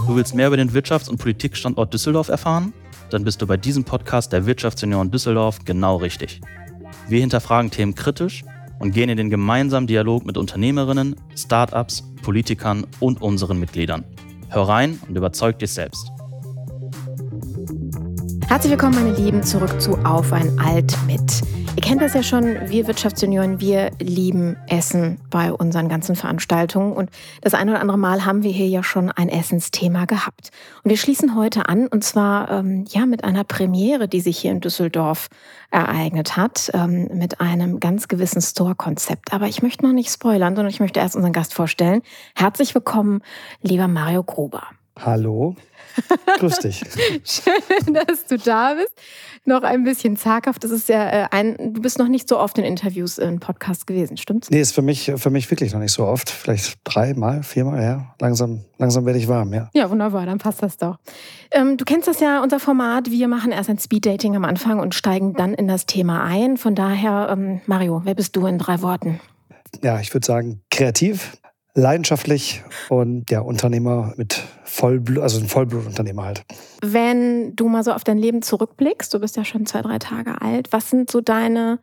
Du willst mehr über den Wirtschafts- und Politikstandort Düsseldorf erfahren? Dann bist du bei diesem Podcast der Wirtschaftsunion Düsseldorf genau richtig. Wir hinterfragen Themen kritisch und gehen in den gemeinsamen Dialog mit Unternehmerinnen, Start-ups, Politikern und unseren Mitgliedern. Hör rein und überzeug dich selbst. Herzlich willkommen, meine Lieben, zurück zu Auf ein Alt mit. Ihr kennt das ja schon, wir Wirtschaftsjunioren, wir lieben Essen bei unseren ganzen Veranstaltungen. Und das eine oder andere Mal haben wir hier ja schon ein Essensthema gehabt. Und wir schließen heute an, und zwar mit einer Premiere, die sich hier in Düsseldorf ereignet hat, mit einem ganz gewissen Store-Konzept. Aber ich möchte noch nicht spoilern, sondern ich möchte erst unseren Gast vorstellen. Herzlich willkommen, lieber Mario Gruber. Hallo, grüß dich. Schön, dass du da bist. Noch ein bisschen zaghaft. Das ist ja du bist noch nicht so oft in Interviews in Podcasts gewesen, stimmt's? Nee, ist für mich wirklich noch nicht so oft. Vielleicht 3-mal, 4-mal, ja. Langsam werde ich warm, ja. Ja, wunderbar, dann passt das doch. Du kennst das ja, unser Format. Wir machen erst ein Speeddating am Anfang und steigen dann in das Thema ein. Von daher, Mario, wer bist du in 3 Worten? Ja, ich würde sagen, kreativ, leidenschaftlich und ja, Unternehmer mit Vollblut, also ein Vollblutunternehmer halt. Wenn du mal so auf dein Leben zurückblickst, du bist ja schon 2-3 Tage alt, was sind so deine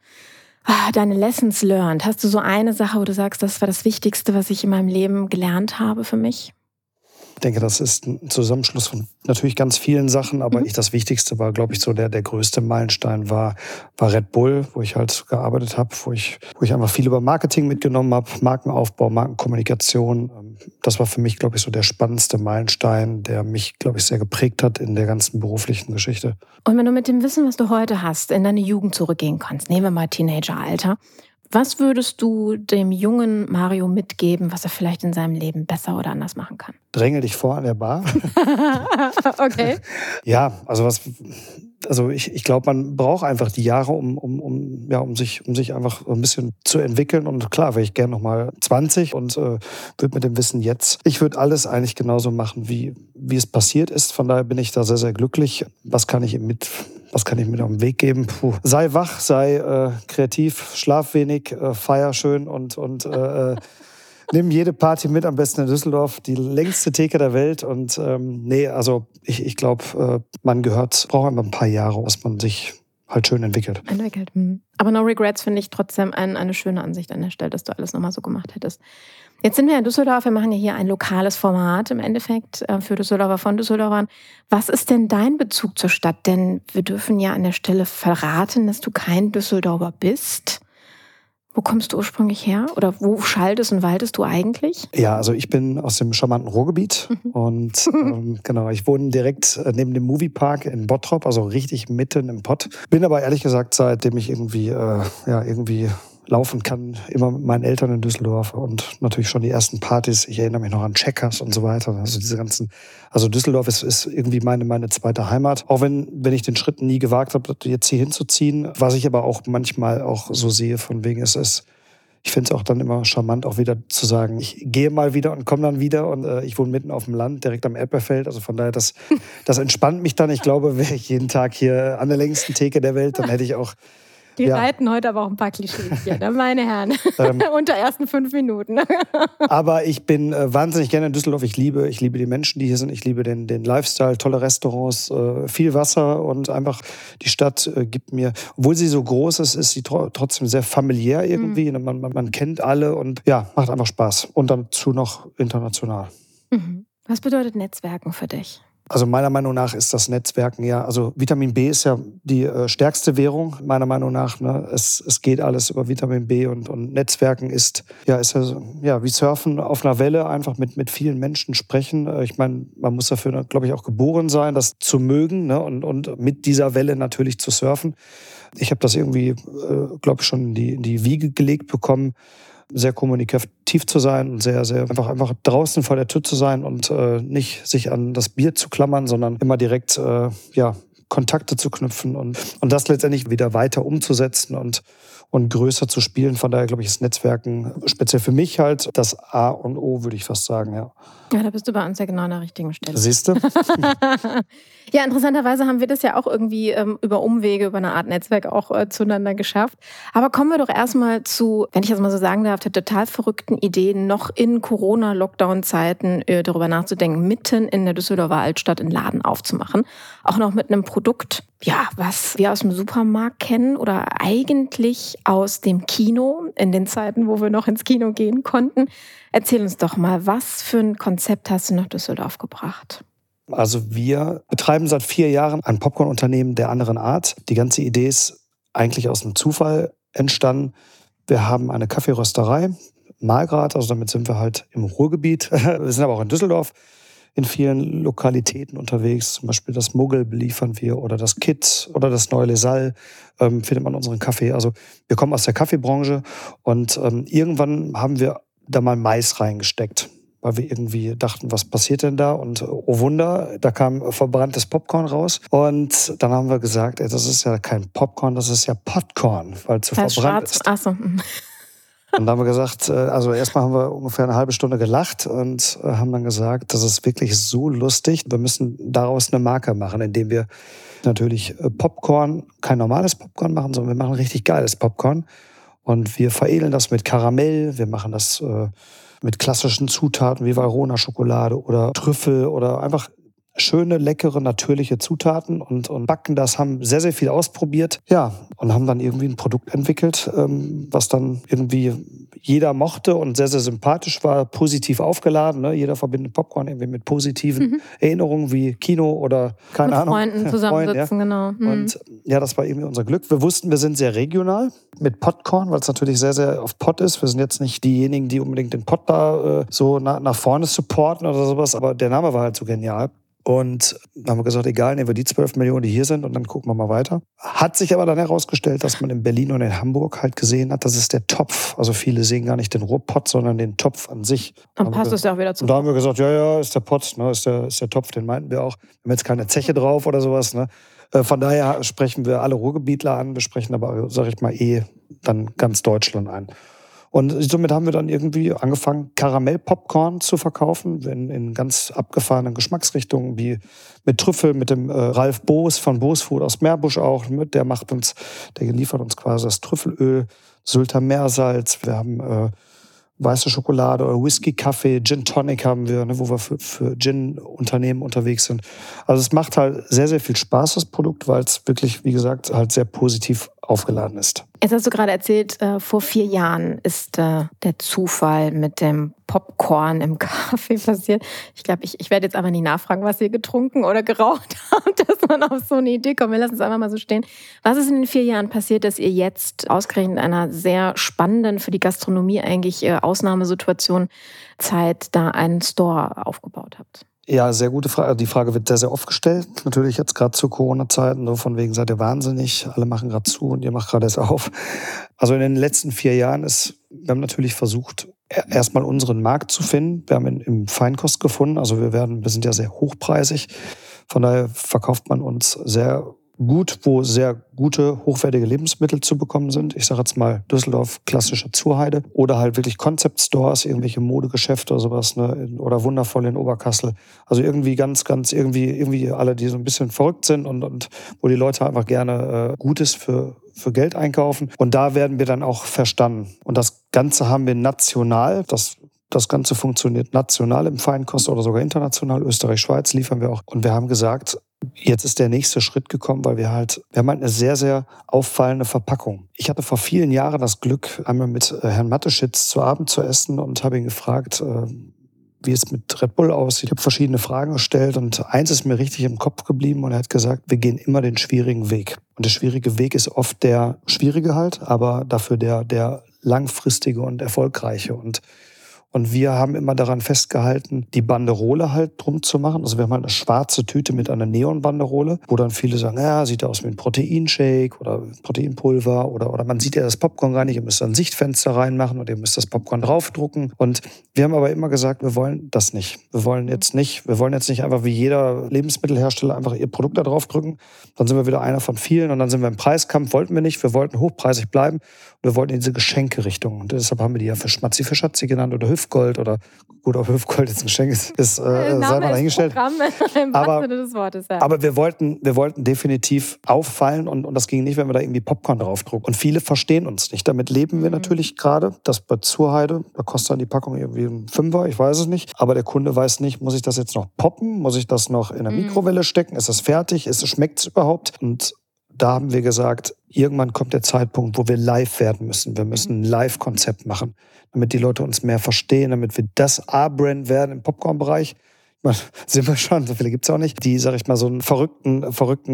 Lessons learned? Hast du so eine Sache, wo du sagst, das war das Wichtigste, was ich in meinem Leben gelernt habe für mich? Ich denke, das ist ein Zusammenschluss von natürlich ganz vielen Sachen, aber das Wichtigste war, glaube ich, so der größte Meilenstein war Red Bull, wo ich halt gearbeitet habe, wo ich einfach viel über Marketing mitgenommen habe, Markenaufbau, Markenkommunikation. Das war für mich, glaube ich, so der spannendste Meilenstein, der mich, glaube ich, sehr geprägt hat in der ganzen beruflichen Geschichte. Und wenn du mit dem Wissen, was du heute hast, in deine Jugend zurückgehen kannst, nehmen wir mal Teenageralter, was würdest du dem jungen Mario mitgeben, was er vielleicht in seinem Leben besser oder anders machen kann? Drängel dich vor an der Bar. Okay. Ja, also ich glaube, man braucht einfach die Jahre, um sich einfach ein bisschen zu entwickeln. Und klar, wäre ich gerne nochmal 20 und würde mit dem Wissen jetzt, ich würde alles eigentlich genauso machen, wie es passiert ist. Von daher bin ich da sehr, sehr glücklich. Was kann ich ihm mit auf den Weg geben? Sei wach, sei kreativ, schlaf wenig, feier schön und nimm jede Party mit, am besten in Düsseldorf, die längste Theke der Welt. Und ich glaube, man braucht einfach ein paar Jahre, dass man sich halt schön entwickelt. Aber no regrets finde ich trotzdem eine schöne Ansicht an der Stelle, dass du alles nochmal so gemacht hättest. Jetzt sind wir in Düsseldorf, wir machen ja hier ein lokales Format im Endeffekt für Düsseldorfer von Düsseldorfern. Was ist denn dein Bezug zur Stadt? Denn wir dürfen ja an der Stelle verraten, dass du kein Düsseldorfer bist. Wo kommst du ursprünglich her? Oder wo schaltest und waltest du eigentlich? Ja, also ich bin aus dem charmanten Ruhrgebiet und genau, ich wohne direkt neben dem Moviepark in Bottrop, also richtig mitten im Pott. Bin aber ehrlich gesagt, seitdem ich irgendwie laufen kann, immer mit meinen Eltern in Düsseldorf und natürlich schon die ersten Partys. Ich erinnere mich noch an Checkers und so weiter. Also Düsseldorf ist irgendwie meine zweite Heimat. Auch wenn ich den Schritt nie gewagt habe, jetzt hier hinzuziehen. Was ich aber auch manchmal auch so sehe, von wegen ich finde es auch dann immer charmant, auch wieder zu sagen, ich gehe mal wieder und komme dann wieder und ich wohne mitten auf dem Land, direkt am Erdbeerfeld. Also von daher, das entspannt mich dann. Ich glaube, wäre ich jeden Tag hier an der längsten Theke der Welt, dann hätte ich auch... Die reiten heute aber auch ein paar Klischees hier, ne, meine Herren. Unter ersten 5 Minuten. Aber ich bin wahnsinnig gerne in Düsseldorf. Ich liebe die Menschen, die hier sind. Ich liebe den Lifestyle, tolle Restaurants, viel Wasser und einfach die Stadt gibt mir, obwohl sie so groß ist sie trotzdem sehr familiär irgendwie. Man kennt alle und ja, macht einfach Spaß. Und dazu noch international. Was bedeutet Netzwerken für dich? Also meiner Meinung nach ist das Netzwerken also Vitamin B ist ja die stärkste Währung, meiner Meinung nach. Ne? Es geht alles über Vitamin B und Netzwerken ist wie Surfen auf einer Welle, einfach mit vielen Menschen sprechen. Ich meine, man muss dafür, glaube ich, auch geboren sein, das zu mögen, ne? und mit dieser Welle natürlich zu surfen. Ich habe das irgendwie, glaube ich, schon in die Wiege gelegt bekommen, sehr kommunikativ zu sein und sehr, sehr einfach draußen vor der Tür zu sein und nicht sich an das Bier zu klammern, sondern immer direkt Kontakte zu knüpfen und das letztendlich wieder weiter umzusetzen und größer zu spielen. Von daher glaube ich, ist Netzwerken speziell für mich halt das A und O, würde ich fast sagen, ja. Ja, da bist du bei uns ja genau an der richtigen Stelle. Siehst du? Ja, interessanterweise haben wir das ja auch irgendwie über Umwege, über eine Art Netzwerk auch zueinander geschafft. Aber kommen wir doch erstmal zu, wenn ich das mal so sagen darf, der total verrückten Idee, noch in Corona-Lockdown-Zeiten darüber nachzudenken, mitten in der Düsseldorfer Altstadt einen Laden aufzumachen. Auch noch mit einem Produkt, ja, was wir aus dem Supermarkt kennen oder eigentlich aus dem Kino, in den Zeiten, wo wir noch ins Kino gehen konnten. Erzähl uns doch mal, was für ein Konzept hast du nach Düsseldorf gebracht? Also wir betreiben seit 4 Jahren ein Popcorn-Unternehmen der anderen Art. Die ganze Idee ist eigentlich aus einem Zufall entstanden. Wir haben eine Kaffeerösterei, Malgrad, also damit sind wir halt im Ruhrgebiet. Wir sind aber auch in Düsseldorf in vielen Lokalitäten unterwegs. Zum Beispiel das Muggel beliefern wir oder das Kit oder das Neue Lesal findet man unseren Kaffee. Also wir kommen aus der Kaffeebranche und irgendwann haben wir da mal Mais reingesteckt, weil wir irgendwie dachten, was passiert denn da? Und oh Wunder, da kam verbranntes Popcorn raus. Und dann haben wir gesagt, das ist ja kein Popcorn, das ist ja Podcorn, weil es so verbrannt ist. Ach so. Und dann haben wir gesagt, also erstmal haben wir ungefähr eine halbe Stunde gelacht und haben dann gesagt, das ist wirklich so lustig. Wir müssen daraus eine Marke machen, indem wir natürlich Popcorn, kein normales Popcorn machen, sondern wir machen richtig geiles Popcorn. Und wir veredeln das mit Karamell, wir machen das mit klassischen Zutaten wie Valrhona-Schokolade oder Trüffel oder einfach schöne, leckere, natürliche Zutaten und backen das, haben sehr, sehr viel ausprobiert. Ja, und haben dann irgendwie ein Produkt entwickelt, was dann irgendwie jeder mochte und sehr, sehr sympathisch war, positiv aufgeladen. Ne? Jeder verbindet Popcorn irgendwie mit positiven Erinnerungen wie Kino oder keine Ahnung. Mit Freunden zusammensitzen, genau. Und ja, das war irgendwie unser Glück. Wir wussten, wir sind sehr regional mit Podcorn, weil es natürlich sehr, sehr auf Pod ist. Wir sind jetzt nicht diejenigen, die unbedingt den Pod da so nach vorne supporten oder sowas, aber der Name war halt so genial. Und dann haben wir gesagt, egal, nehmen wir die 12 Millionen, die hier sind und dann gucken wir mal weiter. Hat sich aber dann herausgestellt, dass man in Berlin und in Hamburg halt gesehen hat, das ist der Topf. Also viele sehen gar nicht den Rohpott, sondern den Topf an sich. Dann passt es ja auch wieder zu. Und da haben wir gesagt, ja, ist der Pott, ne, ist der Topf, den meinten wir auch. Wir haben jetzt keine Zeche drauf oder sowas. Ne. Von daher sprechen wir alle Ruhrgebietler an, wir sprechen aber, sag ich mal, dann ganz Deutschland ein. Und somit haben wir dann irgendwie angefangen, Karamell-Popcorn zu verkaufen in ganz abgefahrenen Geschmacksrichtungen, wie mit Trüffel, mit dem Ralf Boos von Boos Food aus Meerbusch auch. Der liefert uns quasi das Trüffelöl, Sylter Meersalz. Wir haben weiße Schokolade oder Whisky, Kaffee, Gin Tonic haben wir, ne, wo wir für Gin-Unternehmen unterwegs sind. Also es macht halt sehr, sehr viel Spaß, das Produkt, weil es wirklich, wie gesagt, halt sehr positiv aufgeladen ist. Jetzt hast du gerade erzählt, vor 4 Jahren ist der Zufall mit dem Popcorn im Kaffee passiert. Ich glaube, ich werde jetzt aber nie nachfragen, was ihr getrunken oder geraucht habt, dass man auf so eine Idee kommt. Wir lassen es einfach mal so stehen. Was ist in den 4 Jahren passiert, dass ihr jetzt ausgerechnet in einer sehr spannenden, für die Gastronomie eigentlich Ausnahmesituation Zeit da einen Store aufgebaut habt? Ja, sehr gute Frage. Die Frage wird sehr, sehr oft gestellt. Natürlich jetzt gerade zu Corona-Zeiten, so von wegen seid ihr wahnsinnig, alle machen gerade zu und ihr macht gerade erst auf. Also in den letzten 4 Jahren wir haben natürlich versucht, erstmal unseren Markt zu finden. Wir haben ihn im Feinkost gefunden, also wir sind ja sehr hochpreisig. Von daher verkauft man uns sehr gut, wo sehr gute, hochwertige Lebensmittel zu bekommen sind. Ich sage jetzt mal Düsseldorf, klassische Zurheide. Oder halt wirklich Concept-Stores, irgendwelche Modegeschäfte oder sowas, ne? Oder wundervoll in Oberkassel. Also irgendwie ganz irgendwie alle, die so ein bisschen verrückt sind und wo die Leute einfach gerne Gutes für Geld einkaufen. Und da werden wir dann auch verstanden. Und das Ganze haben wir national, das Ganze funktioniert national im Feinkost oder sogar international. Österreich, Schweiz liefern wir auch. Und wir haben gesagt, jetzt ist der nächste Schritt gekommen, weil wir haben halt eine sehr, sehr auffallende Verpackung. Ich hatte vor vielen Jahren das Glück, einmal mit Herrn Mateschitz zu Abend zu essen und habe ihn gefragt, wie es mit Red Bull aussieht. Ich habe verschiedene Fragen gestellt und eins ist mir richtig im Kopf geblieben und er hat gesagt, wir gehen immer den schwierigen Weg. Und der schwierige Weg ist oft der schwierige halt, aber dafür der langfristige und erfolgreiche. Und Und wir haben immer daran festgehalten, die Banderole halt drum zu machen. Also wir haben halt eine schwarze Tüte mit einer Neon-Banderole, wo dann viele sagen, ja, sieht aus wie ein Proteinshake oder Proteinpulver oder man sieht ja das Popcorn gar nicht, ihr müsst ein Sichtfenster reinmachen und ihr müsst das Popcorn draufdrucken. Und wir haben aber immer gesagt, wir wollen das nicht. Wir wollen jetzt nicht einfach wie jeder Lebensmittelhersteller einfach ihr Produkt da draufdrücken. Dann sind wir wieder einer von vielen und dann sind wir im Preiskampf, wollten wir nicht. Wir wollten hochpreisig bleiben und wir wollten in diese Geschenke-Richtung. Und deshalb haben wir die ja für Schmatzi für Schatzi genannt oder Hüfgold oder gut, ob Hüfgold jetzt ein Geschenk ist sei mal dahingestellt. Aber wir wollten definitiv auffallen und das ging nicht, wenn wir da irgendwie Popcorn draufdrucken. Und viele verstehen uns nicht. Damit leben wir natürlich gerade. Das bei Zurheide, da kostet dann die Packung irgendwie einen Fünfer, ich weiß es nicht. Aber der Kunde weiß nicht, muss ich das jetzt noch poppen? Muss ich das noch in der Mikrowelle stecken? Ist das fertig? Schmeckt es überhaupt? Und da haben wir gesagt, irgendwann kommt der Zeitpunkt, wo wir live werden müssen. Wir müssen ein Live-Konzept machen, damit die Leute uns mehr verstehen, damit wir das A-Brand werden im Popcorn-Bereich. Sind wir schon, so viele gibt es auch nicht, die, sag ich mal, so eine verrückte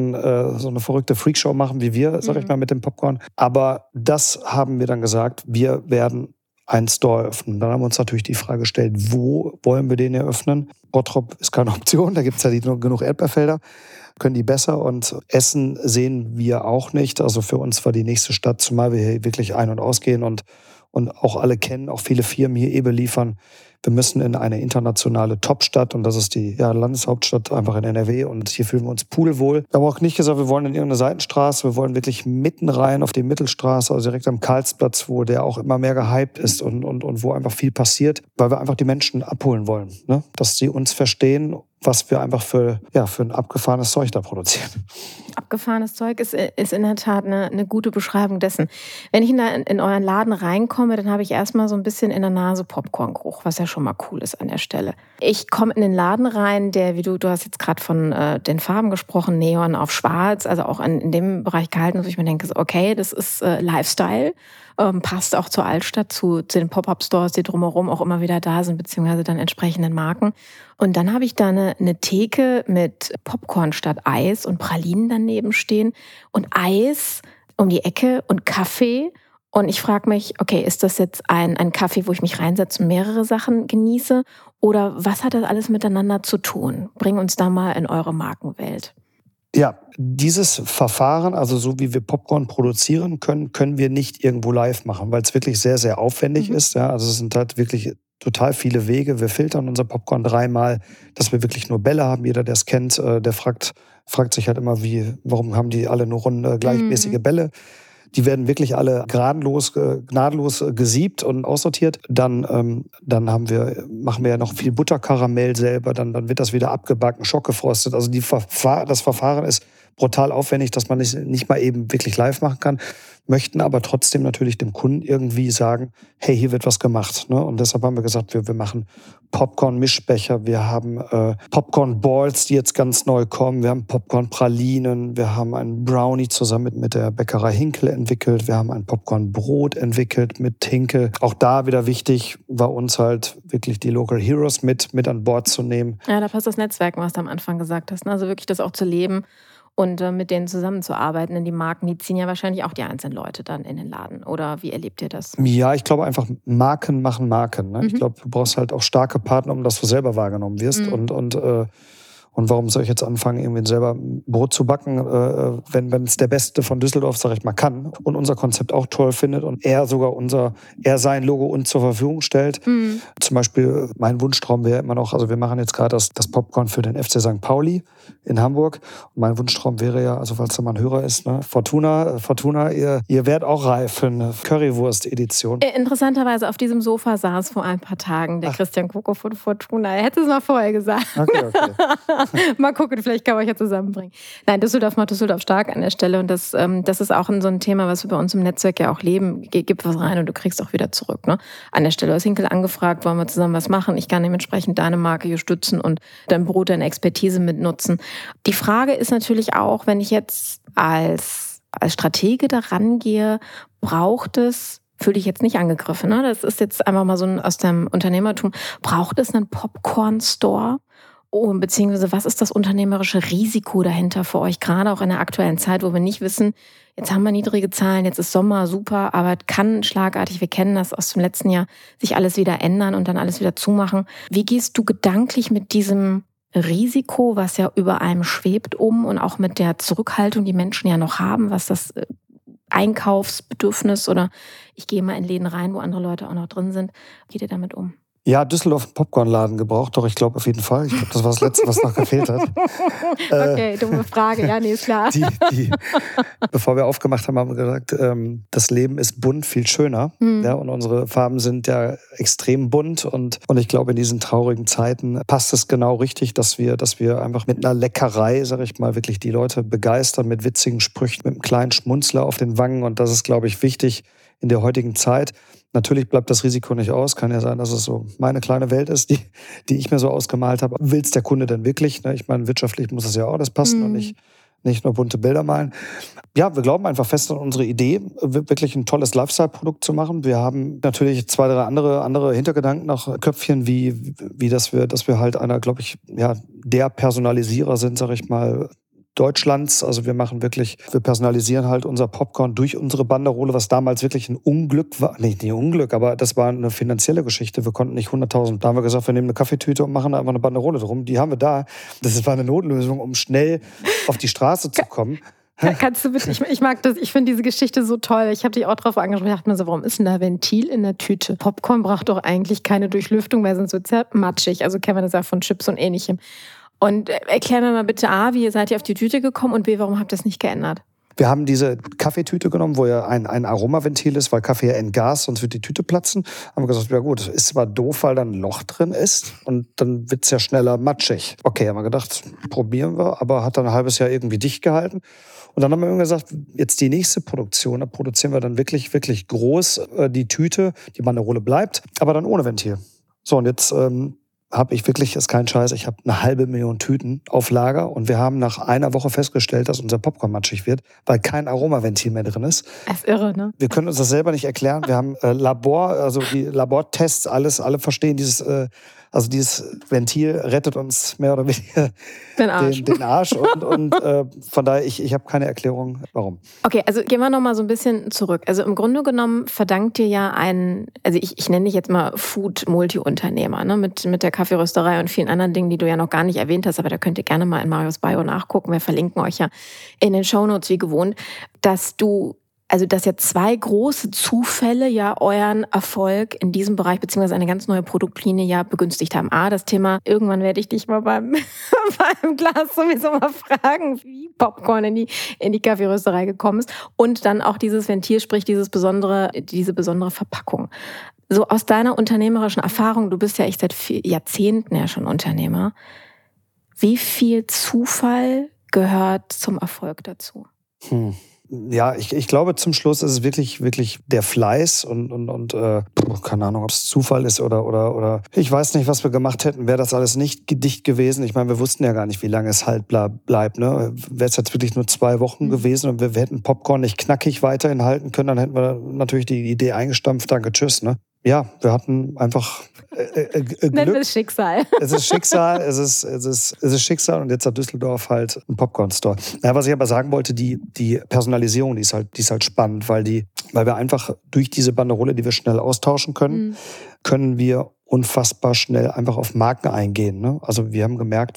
Freakshow machen, wie wir, sag ich mal, mit dem Popcorn. Aber das haben wir dann gesagt, wir werden einen Store öffnen. Dann haben wir uns natürlich die Frage gestellt, wo wollen wir den eröffnen? Bottrop ist keine Option, da gibt es ja nur genug Erdbeerfelder. Können die besser und Essen sehen wir auch nicht. Also für uns war die nächste Stadt, zumal wir hier wirklich ein- und ausgehen und auch alle kennen, auch viele Firmen hier beliefern. Wir müssen in eine internationale Topstadt und das ist die Landeshauptstadt einfach in NRW und hier fühlen wir uns pudelwohl. Wir haben auch nicht gesagt, wir wollen in irgendeine Seitenstraße, wir wollen wirklich mitten rein auf die Mittelstraße, also direkt am Karlsplatz, wo der auch immer mehr gehypt ist und wo einfach viel passiert, weil wir einfach die Menschen abholen wollen, ne? Dass sie uns verstehen, was wir einfach für ein abgefahrenes Zeug da produzieren. Abgefahrenes Zeug ist in der Tat eine gute Beschreibung dessen. Wenn ich in euren Laden reinkomme, dann habe ich erstmal so ein bisschen in der Nase Popcorn-Geruch, was ja schon mal cool ist an der Stelle. Ich komme in den Laden rein, der, wie du hast jetzt gerade von den Farben gesprochen, Neon auf Schwarz, also auch in dem Bereich gehalten, wo ich mir denke, okay, das ist Lifestyle. Passt auch zur Altstadt, zu den Pop-Up-Stores, die drumherum auch immer wieder da sind, beziehungsweise dann entsprechenden Marken. Und dann habe ich da eine Theke mit Popcorn statt Eis und Pralinen daneben stehen und Eis um die Ecke und Kaffee. Und ich frage mich, okay, ist das jetzt ein Kaffee, wo ich mich reinsetze und mehrere Sachen genieße? Oder was hat das alles miteinander zu tun? Bring uns da mal in eure Markenwelt. Ja, dieses Verfahren, also so wie wir Popcorn produzieren können wir nicht irgendwo live machen, weil es wirklich sehr, sehr aufwendig ist. Ja? Also es sind halt wirklich total viele Wege. Wir filtern unser Popcorn 3-mal, dass wir wirklich nur Bälle haben. Jeder, der es kennt, der fragt sich halt immer, warum haben die alle nur runde, gleichmäßige Bälle? Die werden wirklich alle gnadenlos gesiebt und aussortiert. Dann machen wir ja noch viel Butterkaramell selber. Dann wird das wieder abgebacken, schockgefrostet. Also das Verfahren ist brutal aufwendig, dass man es nicht mal eben wirklich live machen kann. Möchten aber trotzdem natürlich dem Kunden irgendwie sagen, hey, hier wird was gemacht. Ne? Und deshalb haben wir gesagt, wir machen Popcorn-Mischbecher, wir haben Popcorn-Balls, die jetzt ganz neu kommen, wir haben Popcorn-Pralinen, wir haben einen Brownie zusammen mit der Bäckerei Hinkel entwickelt, wir haben ein Popcorn-Brot entwickelt mit Hinkel. Auch da wieder wichtig, war uns halt wirklich die Local Heroes mit an Bord zu nehmen. Ja, da passt das Netzwerk, was du am Anfang gesagt hast. Also wirklich das auch zu leben. Und mit denen zusammenzuarbeiten, denn die Marken, die ziehen ja wahrscheinlich auch die einzelnen Leute dann in den Laden. Oder wie erlebt ihr das? Ja, ich glaube einfach, Marken machen Marken. Ne? Ich glaube, du brauchst halt auch starke Partner, um dass du selber wahrgenommen wirst. Und warum soll ich jetzt anfangen, irgendwie selber Brot zu backen, wenn es der Beste von Düsseldorf, sag ich mal, kann und unser Konzept auch toll findet und er sein Logo uns zur Verfügung stellt. Zum Beispiel, mein Wunschtraum wäre immer noch, also wir machen jetzt gerade das Popcorn für den FC St. Pauli in Hamburg. Und mein Wunschtraum wäre ja, also falls da mal ein Hörer ist, ne, Fortuna, ihr wärt auch reif für eine Currywurst-Edition. Interessanterweise auf diesem Sofa saß vor ein paar Tagen der Christian Koko von Fortuna. Er hätte es mal vorher gesagt. Okay. Mal gucken, vielleicht kann man euch ja zusammenbringen. Nein, Düsseldorf macht Düsseldorf stark an der Stelle und das ist auch so ein Thema, was wir bei uns im Netzwerk ja auch leben. Gib was rein und du kriegst auch wieder zurück. Ne? An der Stelle, du hast Hinkel angefragt, wollen wir zusammen was machen? Ich kann dementsprechend deine Marke hier stützen und dein Brot, deine Expertise mitnutzen. Die Frage ist natürlich auch, wenn ich jetzt als Stratege da rangehe, braucht es, fühle dich jetzt nicht angegriffen, ne? Das ist jetzt einfach mal so aus dem Unternehmertum, braucht es einen Popcorn-Store? beziehungsweise was ist das unternehmerische Risiko dahinter für euch, gerade auch in der aktuellen Zeit, wo wir nicht wissen, jetzt haben wir niedrige Zahlen, jetzt ist Sommer, super, aber kann schlagartig, wir kennen das aus dem letzten Jahr, sich alles wieder ändern und dann alles wieder zumachen. Wie gehst du gedanklich mit diesem Risiko, was ja über einem schwebt, und auch mit der Zurückhaltung, die Menschen ja noch haben, was das Einkaufsbedürfnis oder ich gehe mal in Läden rein, wo andere Leute auch noch drin sind. Wie geht ihr damit um? Ja, Düsseldorf einen Popcornladen gebraucht, doch ich glaube auf jeden Fall. Ich glaube, das war das Letzte, was noch gefehlt hat. Okay, dumme Frage, ja, nee, ist klar. Bevor wir aufgemacht haben, haben wir gesagt, das Leben ist bunt, viel schöner. Ja, und unsere Farben sind ja extrem bunt. Und ich glaube, in diesen traurigen Zeiten passt es genau richtig, dass wir einfach mit einer Leckerei, sag ich mal, wirklich die Leute begeistern, mit witzigen Sprüchen, mit einem kleinen Schmunzler auf den Wangen. Und das ist, glaube ich, wichtig in der heutigen Zeit. Natürlich bleibt das Risiko nicht aus. Kann ja sein, dass es so meine kleine Welt ist, die ich mir so ausgemalt habe. Will es der Kunde denn wirklich? Ich meine, wirtschaftlich muss es ja auch alles passen und nicht nur bunte Bilder malen. Ja, wir glauben einfach fest an unsere Idee, wirklich ein tolles Lifestyle-Produkt zu machen. Wir haben natürlich 2, 3 andere Hintergedanken nach Köpfchen, wie dass wir halt einer, glaube ich, ja, der Personalisierer sind, sag ich mal, Deutschlands. Also wir personalisieren halt unser Popcorn durch unsere Banderole, was damals wirklich ein Unglück war. Nicht Unglück, aber das war eine finanzielle Geschichte. Wir konnten nicht 100.000. Da haben wir gesagt, wir nehmen eine Kaffeetüte und machen da einfach eine Banderole drum. Die haben wir da. Das war eine Notlösung, um schnell auf die Straße zu kommen. Kannst du bitte, ich mag das, ich finde diese Geschichte so toll. Ich habe dich auch drauf angesprochen. Ich dachte mir so, warum ist denn da Ventil in der Tüte? Popcorn braucht doch eigentlich keine Durchlüftung, weil sonst wird es ja matschig. Also kennen wir das ja von Chips und Ähnlichem. Und erklär mir mal bitte A, wie seid ihr auf die Tüte gekommen und B, warum habt ihr das nicht geändert? Wir haben diese Kaffeetüte genommen, wo ja ein Aromaventil ist, weil Kaffee ja entgast, sonst wird die Tüte platzen. Haben wir gesagt, ja gut, ist zwar doof, weil da ein Loch drin ist und dann wird es ja schneller matschig. Okay, haben wir gedacht, probieren wir, aber hat dann ein halbes Jahr irgendwie dicht gehalten. Und dann haben wir gesagt, jetzt die nächste Produktion, da produzieren wir dann wirklich, wirklich groß die Tüte, die Banderole bleibt, aber dann ohne Ventil. So, und jetzt habe ich wirklich, ist kein Scheiß, ich habe 500.000 Tüten auf Lager und wir haben nach einer Woche festgestellt, dass unser Popcorn matschig wird, weil kein Aromaventil mehr drin ist. Das ist irre, ne? Wir können uns das selber nicht erklären. Wir haben die Labortests, alle verstehen dieses Ventil rettet uns mehr oder weniger den Arsch und von daher, ich habe keine Erklärung, warum. Okay, also gehen wir nochmal so ein bisschen zurück. Also im Grunde genommen verdankt ihr ja ich nenne dich jetzt mal Food-Multi-Unternehmer, ne? Mit der Kaffeerösterei und vielen anderen Dingen, die du ja noch gar nicht erwähnt hast, aber da könnt ihr gerne mal in Marios Bio nachgucken. Wir verlinken euch ja in den Shownotes wie gewohnt, dass ja 2 große Zufälle ja euren Erfolg in diesem Bereich beziehungsweise eine ganz neue Produktlinie ja begünstigt haben. A, das Thema, irgendwann werde ich dich mal beim Glas sowieso mal fragen, wie Popcorn in die Kaffeerösterei gekommen ist. Und dann auch dieses Ventil, sprich diese besondere Verpackung. So aus deiner unternehmerischen Erfahrung, du bist ja echt seit Jahrzehnten ja schon Unternehmer. Wie viel Zufall gehört zum Erfolg dazu? Ja, ich glaube, zum Schluss ist es wirklich, wirklich der Fleiß und keine Ahnung, ob es Zufall ist oder ich weiß nicht, was wir gemacht hätten, wäre das alles nicht dicht gewesen. Ich meine, wir wussten ja gar nicht, wie lange es halt bleibt. Ne? Wäre es jetzt wirklich nur 2 Wochen gewesen und wir hätten Popcorn nicht knackig weiterhin halten können, dann hätten wir natürlich die Idee eingestampft, danke, tschüss. Ne? Ja, wir hatten einfach Glück. Nennen wir es Schicksal. Es ist Schicksal, es ist Schicksal und jetzt hat Düsseldorf halt einen Popcorn-Store. Ja, was ich aber sagen wollte, die Personalisierung, die ist halt spannend, weil wir einfach durch diese Banderole, die wir schnell austauschen können, können wir unfassbar schnell einfach auf Marken eingehen. Ne? Also wir haben gemerkt,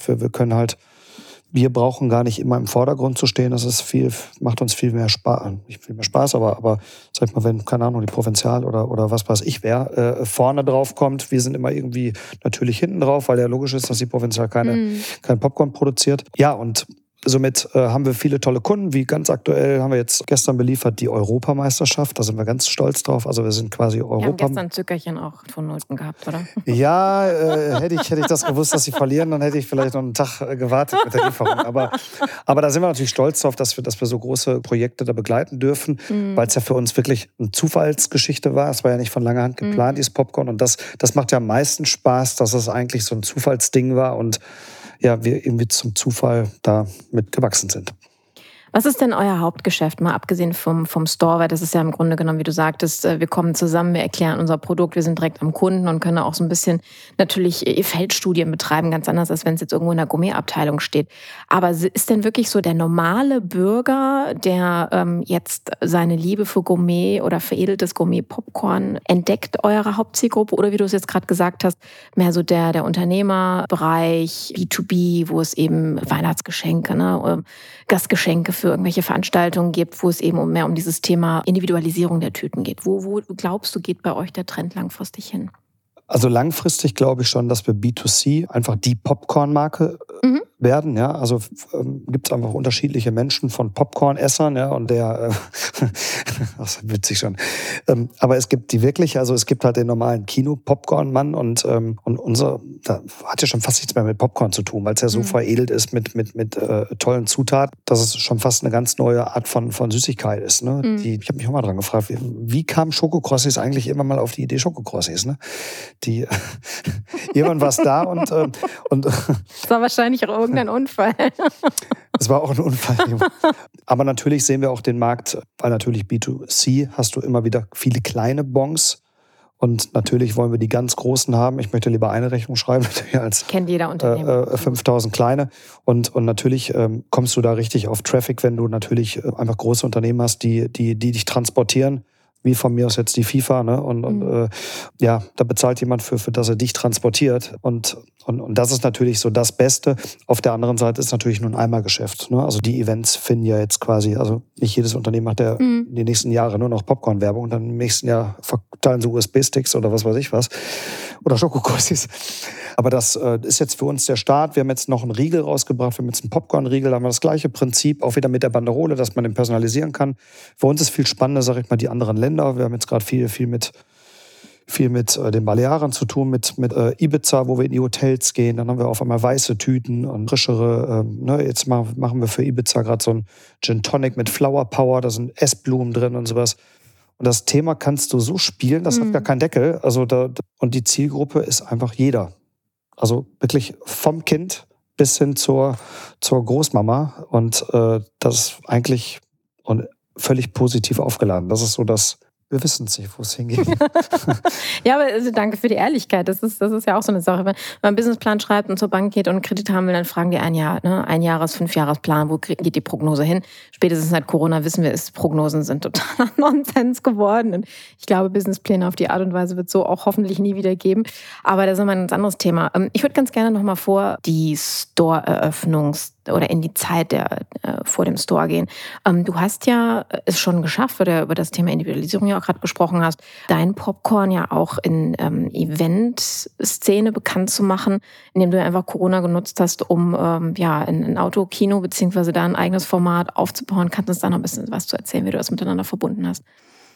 wir brauchen gar nicht immer im Vordergrund zu stehen. Das macht uns viel mehr Spaß. Nicht viel mehr Spaß, aber sag ich mal, wenn, keine Ahnung, die Provinzial oder was weiß ich wer vorne drauf kommt, wir sind immer irgendwie natürlich hinten drauf, weil ja logisch ist, dass die Provinzial kein Popcorn produziert. Ja, und somit haben wir viele tolle Kunden, wie ganz aktuell haben wir jetzt gestern beliefert die Europameisterschaft, da sind wir ganz stolz drauf, also wir sind quasi Europa... Wir haben gestern ein Zückerchen auch von Nulpen gehabt, oder? Ja, hätte ich das gewusst, dass sie verlieren, dann hätte ich vielleicht noch einen Tag gewartet mit der Lieferung, aber da sind wir natürlich stolz drauf, dass wir so große Projekte da begleiten dürfen, weil es ja für uns wirklich eine Zufallsgeschichte war, es war ja nicht von langer Hand geplant, dieses Popcorn und das macht ja am meisten Spaß, dass es eigentlich so ein Zufallsding war und ja, wir irgendwie zum Zufall da mit gewachsen sind. Was ist denn euer Hauptgeschäft, mal abgesehen vom Store? Weil das ist ja im Grunde genommen, wie du sagtest, wir kommen zusammen, wir erklären unser Produkt, wir sind direkt am Kunden und können auch so ein bisschen natürlich Feldstudien betreiben, ganz anders, als wenn es jetzt irgendwo in der Gourmetabteilung steht. Aber ist denn wirklich so der normale Bürger, der jetzt seine Liebe für Gourmet oder veredeltes Gourmet-Popcorn entdeckt, eure Hauptzielgruppe? Oder wie du es jetzt gerade gesagt hast, mehr so der Unternehmerbereich, B2B, wo es eben Weihnachtsgeschenke, ne, Gastgeschenke für irgendwelche Veranstaltungen gibt, wo es eben mehr um dieses Thema Individualisierung der Tüten geht. Wo glaubst du, geht bei euch der Trend langfristig hin? Also langfristig glaube ich schon, dass wir B2C einfach die Popcorn-Marke werden. Ja? Also gibt es einfach unterschiedliche Menschen von Popcorn-Essern, ja, und der, das ist witzig schon. Aber es gibt die wirklich, also es gibt halt den normalen Kino-Popcorn-Mann und unser, da hat ja schon fast nichts mehr mit Popcorn zu tun, weil es ja so veredelt ist mit tollen Zutaten, dass es schon fast eine ganz neue Art von Süßigkeit ist. Ne? Ich habe mich auch mal dran gefragt, wie kamen Schokokrossis eigentlich immer mal auf die Idee Schokokrossis? Ne? Irgendwann war es da und das war wahrscheinlich auch irgendein Unfall. Es war auch ein Unfall. Aber natürlich sehen wir auch den Markt, weil natürlich B2C hast du immer wieder viele kleine Bons. Und natürlich wollen wir die ganz großen haben. Ich möchte lieber eine Rechnung schreiben, als kennt jeder Unternehmen. 5000 kleine. Und natürlich kommst du da richtig auf Traffic, wenn du natürlich einfach große Unternehmen hast, die dich transportieren. Wie von mir aus jetzt die FIFA, ne? Und ja, da bezahlt jemand für dass er dich transportiert. Und das ist natürlich so das Beste. Auf der anderen Seite ist natürlich nur ein Einmalgeschäft. Ne? Also die Events finden ja jetzt quasi, also nicht jedes Unternehmen macht ja in den nächsten Jahren nur noch Popcorn-Werbung und dann im nächsten Jahr verteilen sie USB-Sticks oder was weiß ich was. Oder Schokokrossis. Aber das ist jetzt für uns der Start. Wir haben jetzt noch einen Riegel rausgebracht. Wir haben jetzt einen Popcorn-Riegel. Da haben wir das gleiche Prinzip, auch wieder mit der Banderole, dass man den personalisieren kann. Für uns ist viel spannender, sag ich mal, die anderen Länder. Wir haben jetzt gerade viel mit den Balearen zu tun, mit Ibiza, wo wir in die Hotels gehen. Dann haben wir auf einmal weiße Tüten und frischere. Jetzt machen wir für Ibiza gerade so ein Gin Tonic mit Flower Power. Da sind Essblumen drin und sowas. Und das Thema kannst du so spielen, das hat gar keinen Deckel. Also und die Zielgruppe ist einfach jeder. Also wirklich vom Kind bis hin zur Großmama. Und das ist eigentlich völlig positiv aufgeladen. Das ist so das. Wir wissen es nicht, wo es hingeht. Ja, aber also danke für die Ehrlichkeit. Das ist ja auch so eine Sache. Wenn man einen Businessplan schreibt und zur Bank geht und einen Kredit haben will, dann fragen die ein Jahr, ne? 1 Jahres-, 5-Jahres-Plan, wo geht die Prognose hin? Spätestens seit Corona wissen wir, Prognosen sind totaler Nonsens geworden. Und ich glaube, Businesspläne auf die Art und Weise wird es so auch hoffentlich nie wieder geben. Aber das ist immer ein ganz anderes Thema. Ich würde ganz gerne nochmal vor die oder in die Zeit vor dem Store gehen. Du hast ja es schon geschafft, weil du über das Thema Individualisierung ja auch gerade gesprochen hast, dein Popcorn ja auch in Event-Szene bekannt zu machen, indem du einfach Corona genutzt hast, um ein Autokino beziehungsweise da ein eigenes Format aufzubauen. Kannst du uns da noch ein bisschen was zu erzählen, wie du das miteinander verbunden hast?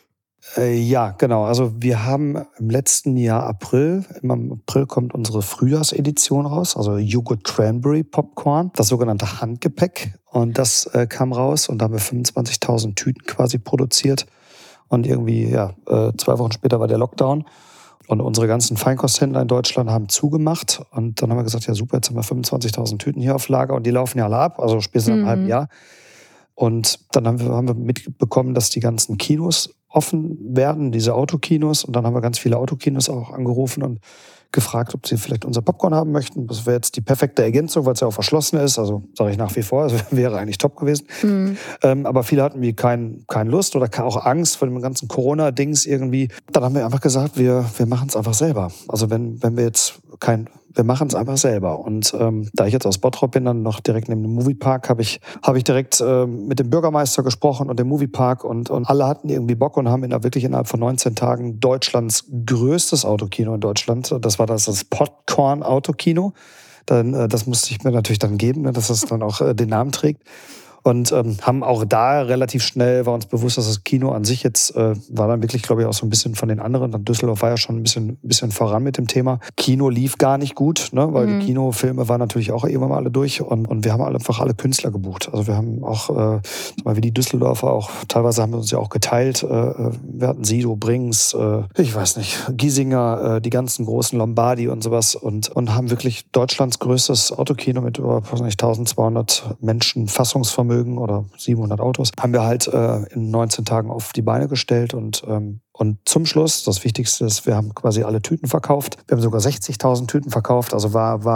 Ja, genau. Also wir haben im letzten Jahr April, im April kommt unsere Frühjahrsedition raus, also Joghurt Cranberry Popcorn, das sogenannte Handgepäck. Und das kam raus und da haben wir 25.000 Tüten quasi produziert. Und irgendwie, 2 Wochen später war der Lockdown. Und unsere ganzen Feinkosthändler in Deutschland haben zugemacht. Und dann haben wir gesagt, ja super, jetzt haben wir 25.000 Tüten hier auf Lager und die laufen ja alle ab, also spätestens im halben Jahr. Und dann haben wir mitbekommen, dass die ganzen Kinos offen werden, diese Autokinos. Und dann haben wir ganz viele Autokinos auch angerufen und gefragt, ob sie vielleicht unser Popcorn haben möchten. Das wäre jetzt die perfekte Ergänzung, weil es ja auch verschlossen ist. Also sage ich nach wie vor, also wäre eigentlich top gewesen. Aber viele hatten wie keine Lust oder auch Angst vor dem ganzen Corona-Dings irgendwie. Dann haben wir einfach gesagt, wir machen es einfach selber. Also wenn wir jetzt wir machen es einfach selber. Und da ich jetzt aus Bottrop bin, dann noch direkt neben dem Moviepark, habe ich direkt mit dem Bürgermeister gesprochen und dem Moviepark und alle hatten irgendwie Bock und haben wirklich innerhalb von 19 Tagen Deutschlands größtes Autokino in Deutschland. Das war das Popcorn-Autokino. Das musste ich mir natürlich dann geben, dass das dann auch den Namen trägt. Und haben auch da relativ schnell, war uns bewusst, dass das Kino an sich jetzt war dann wirklich, glaube ich, auch so ein bisschen von den anderen. Dann Düsseldorf war ja schon ein bisschen voran mit dem Thema. Kino lief gar nicht gut, ne? Weil die Kinofilme waren natürlich auch irgendwann mal alle durch und wir haben einfach alle Künstler gebucht. Also wir haben auch, wie die Düsseldorfer auch, teilweise haben wir uns ja auch geteilt. Wir hatten Sido, Brings, ich weiß nicht, Giesinger, die ganzen großen Lombardi und sowas und haben wirklich Deutschlands größtes Autokino mit über 1200 Menschen, Fassungsvermögen Vermögen oder 700 Autos, haben wir halt in 19 Tagen auf die Beine gestellt und zum Schluss, das Wichtigste ist, wir haben quasi alle Tüten verkauft. Wir haben sogar 60.000 Tüten verkauft. Also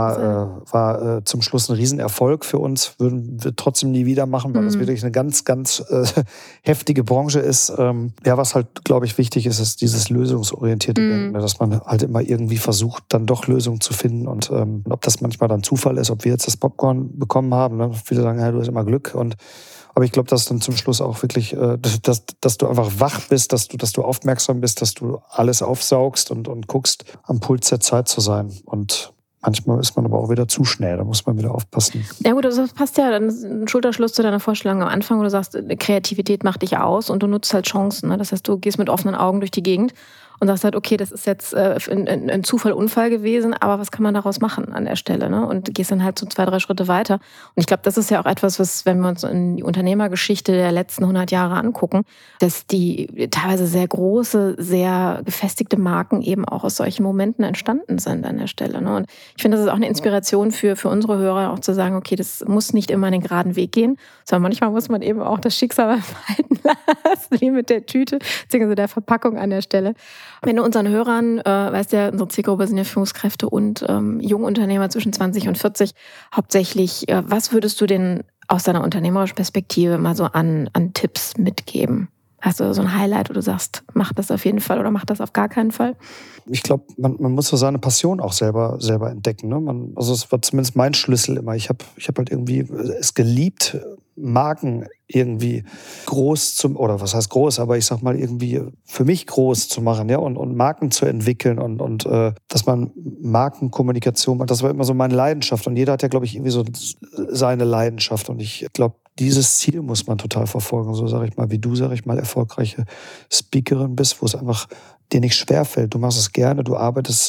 war zum Schluss ein Riesenerfolg für uns. Würden wir trotzdem nie wieder machen, weil das wirklich eine ganz, ganz heftige Branche ist. Was halt, glaube ich, wichtig ist, ist dieses lösungsorientierte Denken, dass man halt immer irgendwie versucht, dann doch Lösungen zu finden. Und ob das manchmal dann Zufall ist, ob wir jetzt das Popcorn bekommen haben. Ne? Viele sagen, ja, du hast immer Glück. Aber ich glaube, dass dann zum Schluss auch wirklich, dass du einfach wach bist, dass du aufmerksam bist, dass du alles aufsaugst und guckst, am Puls der Zeit zu sein. Und manchmal ist man aber auch wieder zu schnell, da muss man wieder aufpassen. Ja gut, das passt ja dann ein Schulterschluss zu deiner Vorstellung am Anfang, wo du sagst, Kreativität macht dich aus und du nutzt halt Chancen. Ne? Das heißt, du gehst mit offenen Augen durch die Gegend und sagst halt, okay, das ist jetzt ein Zufall, Unfall gewesen, aber was kann man daraus machen an der Stelle? Ne? Und gehst dann halt so 2, 3 Schritte weiter. Und ich glaube, das ist ja auch etwas, was, wenn wir uns in die Unternehmergeschichte der letzten 100 Jahre angucken, dass die teilweise sehr große, sehr gefestigte Marken eben auch aus solchen Momenten entstanden sind an der Stelle. Ne? Und ich finde, das ist auch eine Inspiration für unsere Hörer, auch zu sagen, okay, das muss nicht immer den geraden Weg gehen, sondern manchmal muss man eben auch das Schicksal walten lassen, wie mit der Tüte, beziehungsweise der Verpackung an der Stelle. Wenn du unseren Hörern, weißt ja, unsere Zielgruppe sind ja Führungskräfte und Jungunternehmer zwischen 20 und 40 hauptsächlich, was würdest du denn aus deiner unternehmerischen Perspektive mal so an Tipps mitgeben? Hast du so ein Highlight, wo du sagst, mach das auf jeden Fall oder mach das auf gar keinen Fall? Ich glaube, man muss so seine Passion auch selber entdecken. Ne? Also es war zumindest mein Schlüssel immer. Ich hab halt irgendwie es geliebt, Marken irgendwie groß oder was heißt groß, aber ich sag mal irgendwie für mich groß zu machen, ja, und Marken zu entwickeln und dass man Markenkommunikation macht, das war immer so meine Leidenschaft und jeder hat ja, glaube ich, irgendwie so seine Leidenschaft und ich glaube, dieses Ziel muss man total verfolgen, so sage ich mal, wie du, sage ich mal, erfolgreiche Speakerin bist, wo es einfach dir nicht schwerfällt, du machst es gerne, du arbeitest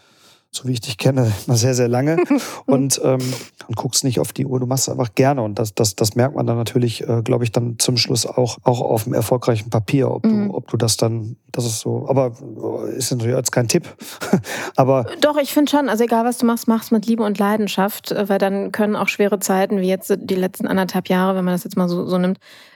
so wie ich dich kenne, mal sehr, sehr lange und guckst nicht auf die Uhr, du machst es einfach gerne und das merkt man dann natürlich, glaube ich, dann zum Schluss auch auf dem erfolgreichen Papier, ob du das dann, das ist so, aber ist natürlich jetzt kein Tipp, aber... Doch, ich finde schon, also egal was du machst, mach's mit Liebe und Leidenschaft, weil dann können auch schwere Zeiten, wie jetzt die letzten 1,5 Jahre, wenn man das jetzt mal so nimmt,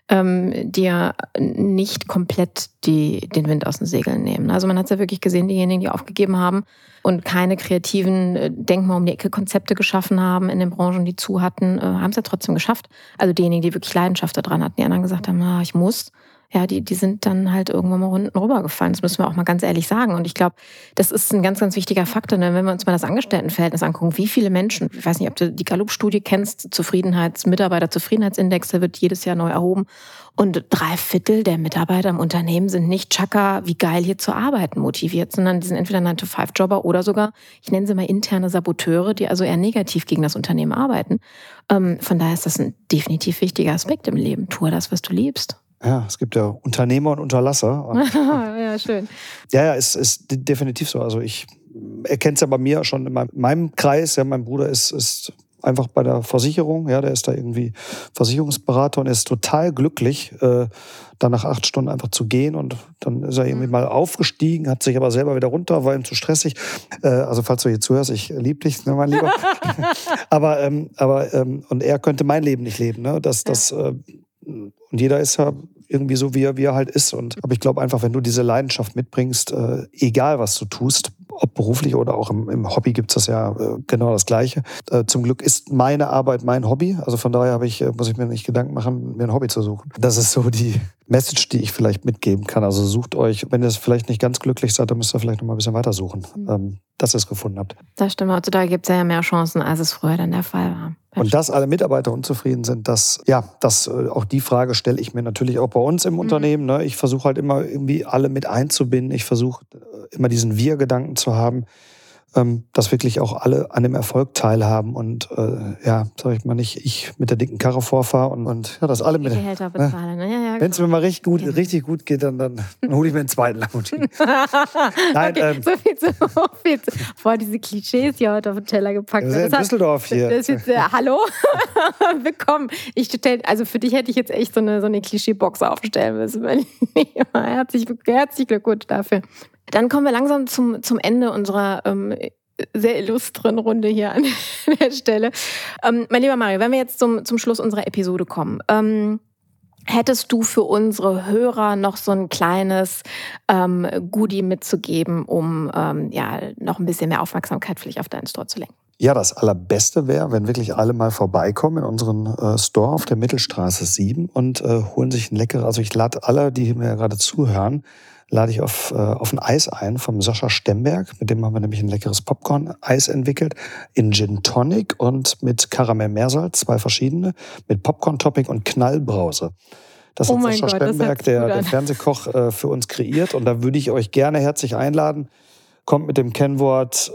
dir nicht komplett den Wind aus den Segeln nehmen. Also man hat es ja wirklich gesehen, diejenigen, die aufgegeben haben und keine kreativen, denk mal um die Ecke, Konzepte geschaffen haben in den Branchen, die zu hatten, haben es ja trotzdem geschafft. Also diejenigen, die wirklich Leidenschaft daran hatten, die anderen gesagt haben, ich muss, ja, die sind dann halt irgendwann mal unten rübergefallen. Das müssen wir auch mal ganz ehrlich sagen. Und ich glaube, das ist ein ganz, ganz wichtiger Faktor. Denn wenn wir uns mal das Angestelltenverhältnis angucken, wie viele Menschen, ich weiß nicht, ob du die Gallup-Studie kennst, Mitarbeiter-Zufriedenheitsindex, der wird jedes Jahr neu erhoben. Und 3/4 der Mitarbeiter im Unternehmen sind nicht Chaka, wie geil hier zu arbeiten motiviert, sondern die sind entweder 9-to-5-Jobber oder sogar, ich nenne sie mal interne Saboteure, die also eher negativ gegen das Unternehmen arbeiten. Von daher ist das ein definitiv wichtiger Aspekt im Leben. Tue das, was du liebst. Ja, es gibt ja Unternehmer und Unterlasser. Ja, schön. Ja, es ist definitiv so. Also ich erkenne es ja bei mir schon in meinem Kreis. Ja, mein Bruder ist einfach bei der Versicherung. Ja, der ist da irgendwie Versicherungsberater und ist total glücklich, dann nach 8 Stunden einfach zu gehen. Und dann ist er irgendwie mal aufgestiegen, hat sich aber selber wieder runter, war ihm zu stressig. Also falls du hier zuhörst, ich liebe dich, ne, mein Lieber. aber und er könnte mein Leben nicht leben. Ne? Und jeder ist ja irgendwie so, wie er halt ist. Aber ich glaube einfach, wenn du diese Leidenschaft mitbringst, egal was du tust, ob beruflich oder auch im Hobby gibt es das ja genau das Gleiche. Zum Glück ist meine Arbeit mein Hobby. Also von daher muss ich mir nicht Gedanken machen, mir ein Hobby zu suchen. Das ist so die Message, die ich vielleicht mitgeben kann. Also sucht euch, wenn ihr es vielleicht nicht ganz glücklich seid, dann müsst ihr vielleicht noch mal ein bisschen weiter suchen, dass ihr es gefunden habt. Das stimmt. Heutzutage gibt es ja mehr Chancen, als es früher dann der Fall war. Und dass alle Mitarbeiter unzufrieden sind, auch die Frage stelle ich mir natürlich auch bei uns im Unternehmen. Ne? Ich versuche halt immer irgendwie alle mit einzubinden. Ich versuche immer diesen Wir-Gedanken zu haben, dass wirklich auch alle an dem Erfolg teilhaben und sag ich mal nicht, ich mit der dicken Karre vorfahre und dass alle mit Gehälter bezahlen. Ne? Ja, wenn es mir mal richtig gut geht, dann hole ich mir einen zweiten Lamborghini. Nein, okay, so viel zu. Boah, diese Klischees hier heute auf den Teller gepackt. Wir sind in Düsseldorf hier. Das ist jetzt, hallo? Willkommen. Also für dich hätte ich jetzt echt so eine Klischeebox aufstellen müssen. Herzlich Glückwunsch dafür. Dann kommen wir langsam zum Ende unserer sehr illustren Runde hier an der Stelle. Mein lieber Mario, wenn wir jetzt zum Schluss unserer Episode kommen, hättest du für unsere Hörer noch so ein kleines Goodie mitzugeben, um noch ein bisschen mehr Aufmerksamkeit vielleicht auf deinen Store zu lenken? Ja, das Allerbeste wäre, wenn wirklich alle mal vorbeikommen in unseren Store auf der Mittelstraße 7 und holen sich ein leckeres, also ich lade alle, die mir gerade zuhören, lade ich auf ein Eis ein vom Sascha Stemberg. Mit dem haben wir nämlich ein leckeres Popcorn-Eis entwickelt. In Gin Tonic und mit Karamell-Meersalz, 2 verschiedene, mit Popcorn-Topping und Knallbrause. Das hat Sascha Stemberg, der Fernsehkoch, für uns kreiert. Und da würde ich euch gerne herzlich einladen. Kommt mit dem Kennwort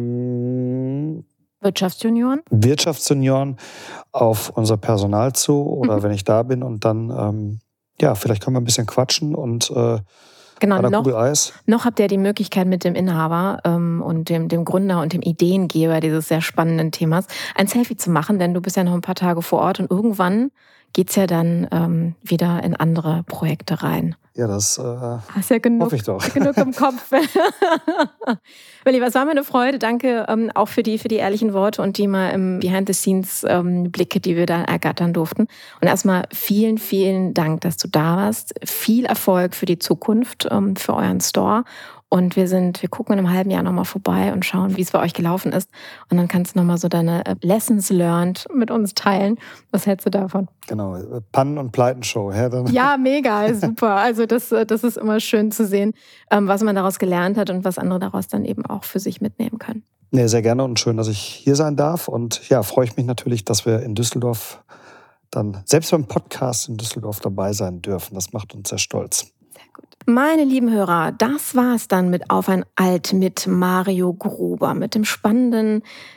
Wirtschaftsjunioren auf unser Personal zu oder wenn ich da bin und dann, vielleicht können wir ein bisschen quatschen und genau, noch habt ihr die Möglichkeit mit dem Inhaber und dem Gründer und dem Ideengeber dieses sehr spannenden Themas ein Selfie zu machen, denn du bist ja noch ein paar Tage vor Ort und irgendwann geht's ja dann wieder in andere Projekte rein. Ja, das hast ja genug, hoffe ich doch. Genug im Kopf. Willi, was war mir eine Freude. Danke auch für die ehrlichen Worte und die mal im Behind-the-Scenes-Blicke, die wir da ergattern durften. Und erstmal vielen, vielen Dank, dass du da warst. Viel Erfolg für die Zukunft, für euren Store. Und wir gucken in einem halben Jahr nochmal vorbei und schauen, wie es bei euch gelaufen ist. Und dann kannst du nochmal so deine Lessons learned mit uns teilen. Was hältst du davon? Genau, Pannen- und Pleitenshow. Ja, mega, super. Also das ist immer schön zu sehen, was man daraus gelernt hat und was andere daraus dann eben auch für sich mitnehmen können. Nee, sehr gerne und schön, dass ich hier sein darf. Und ja, freue ich mich natürlich, dass wir in Düsseldorf dann selbst beim Podcast in Düsseldorf dabei sein dürfen. Das macht uns sehr stolz. Meine lieben Hörer, das war's dann mit Auf ein Alt mit Mario Gruber, mit dem spannenden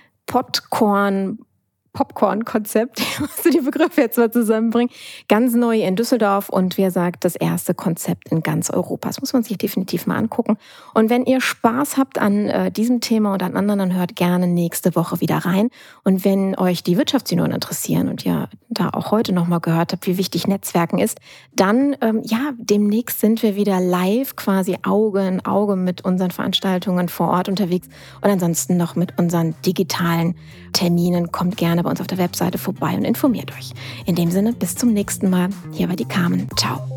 Popcorn-Konzept. Ich musste die Begriffe jetzt mal zusammenbringen. Ganz neu in Düsseldorf und wie gesagt, das erste Konzept in ganz Europa. Das muss man sich definitiv mal angucken. Und wenn ihr Spaß habt an diesem Thema und an anderen, dann hört gerne nächste Woche wieder rein. Und wenn euch die Wirtschaftsunion interessieren und ihr da auch heute nochmal gehört habt, wie wichtig Netzwerken ist, dann demnächst sind wir wieder live, quasi Auge in Auge mit unseren Veranstaltungen vor Ort unterwegs und ansonsten noch mit unseren digitalen Terminen. Kommt gerne bei uns auf der Webseite vorbei und informiert euch. In dem Sinne, bis zum nächsten Mal. Hier war die Carmen. Ciao.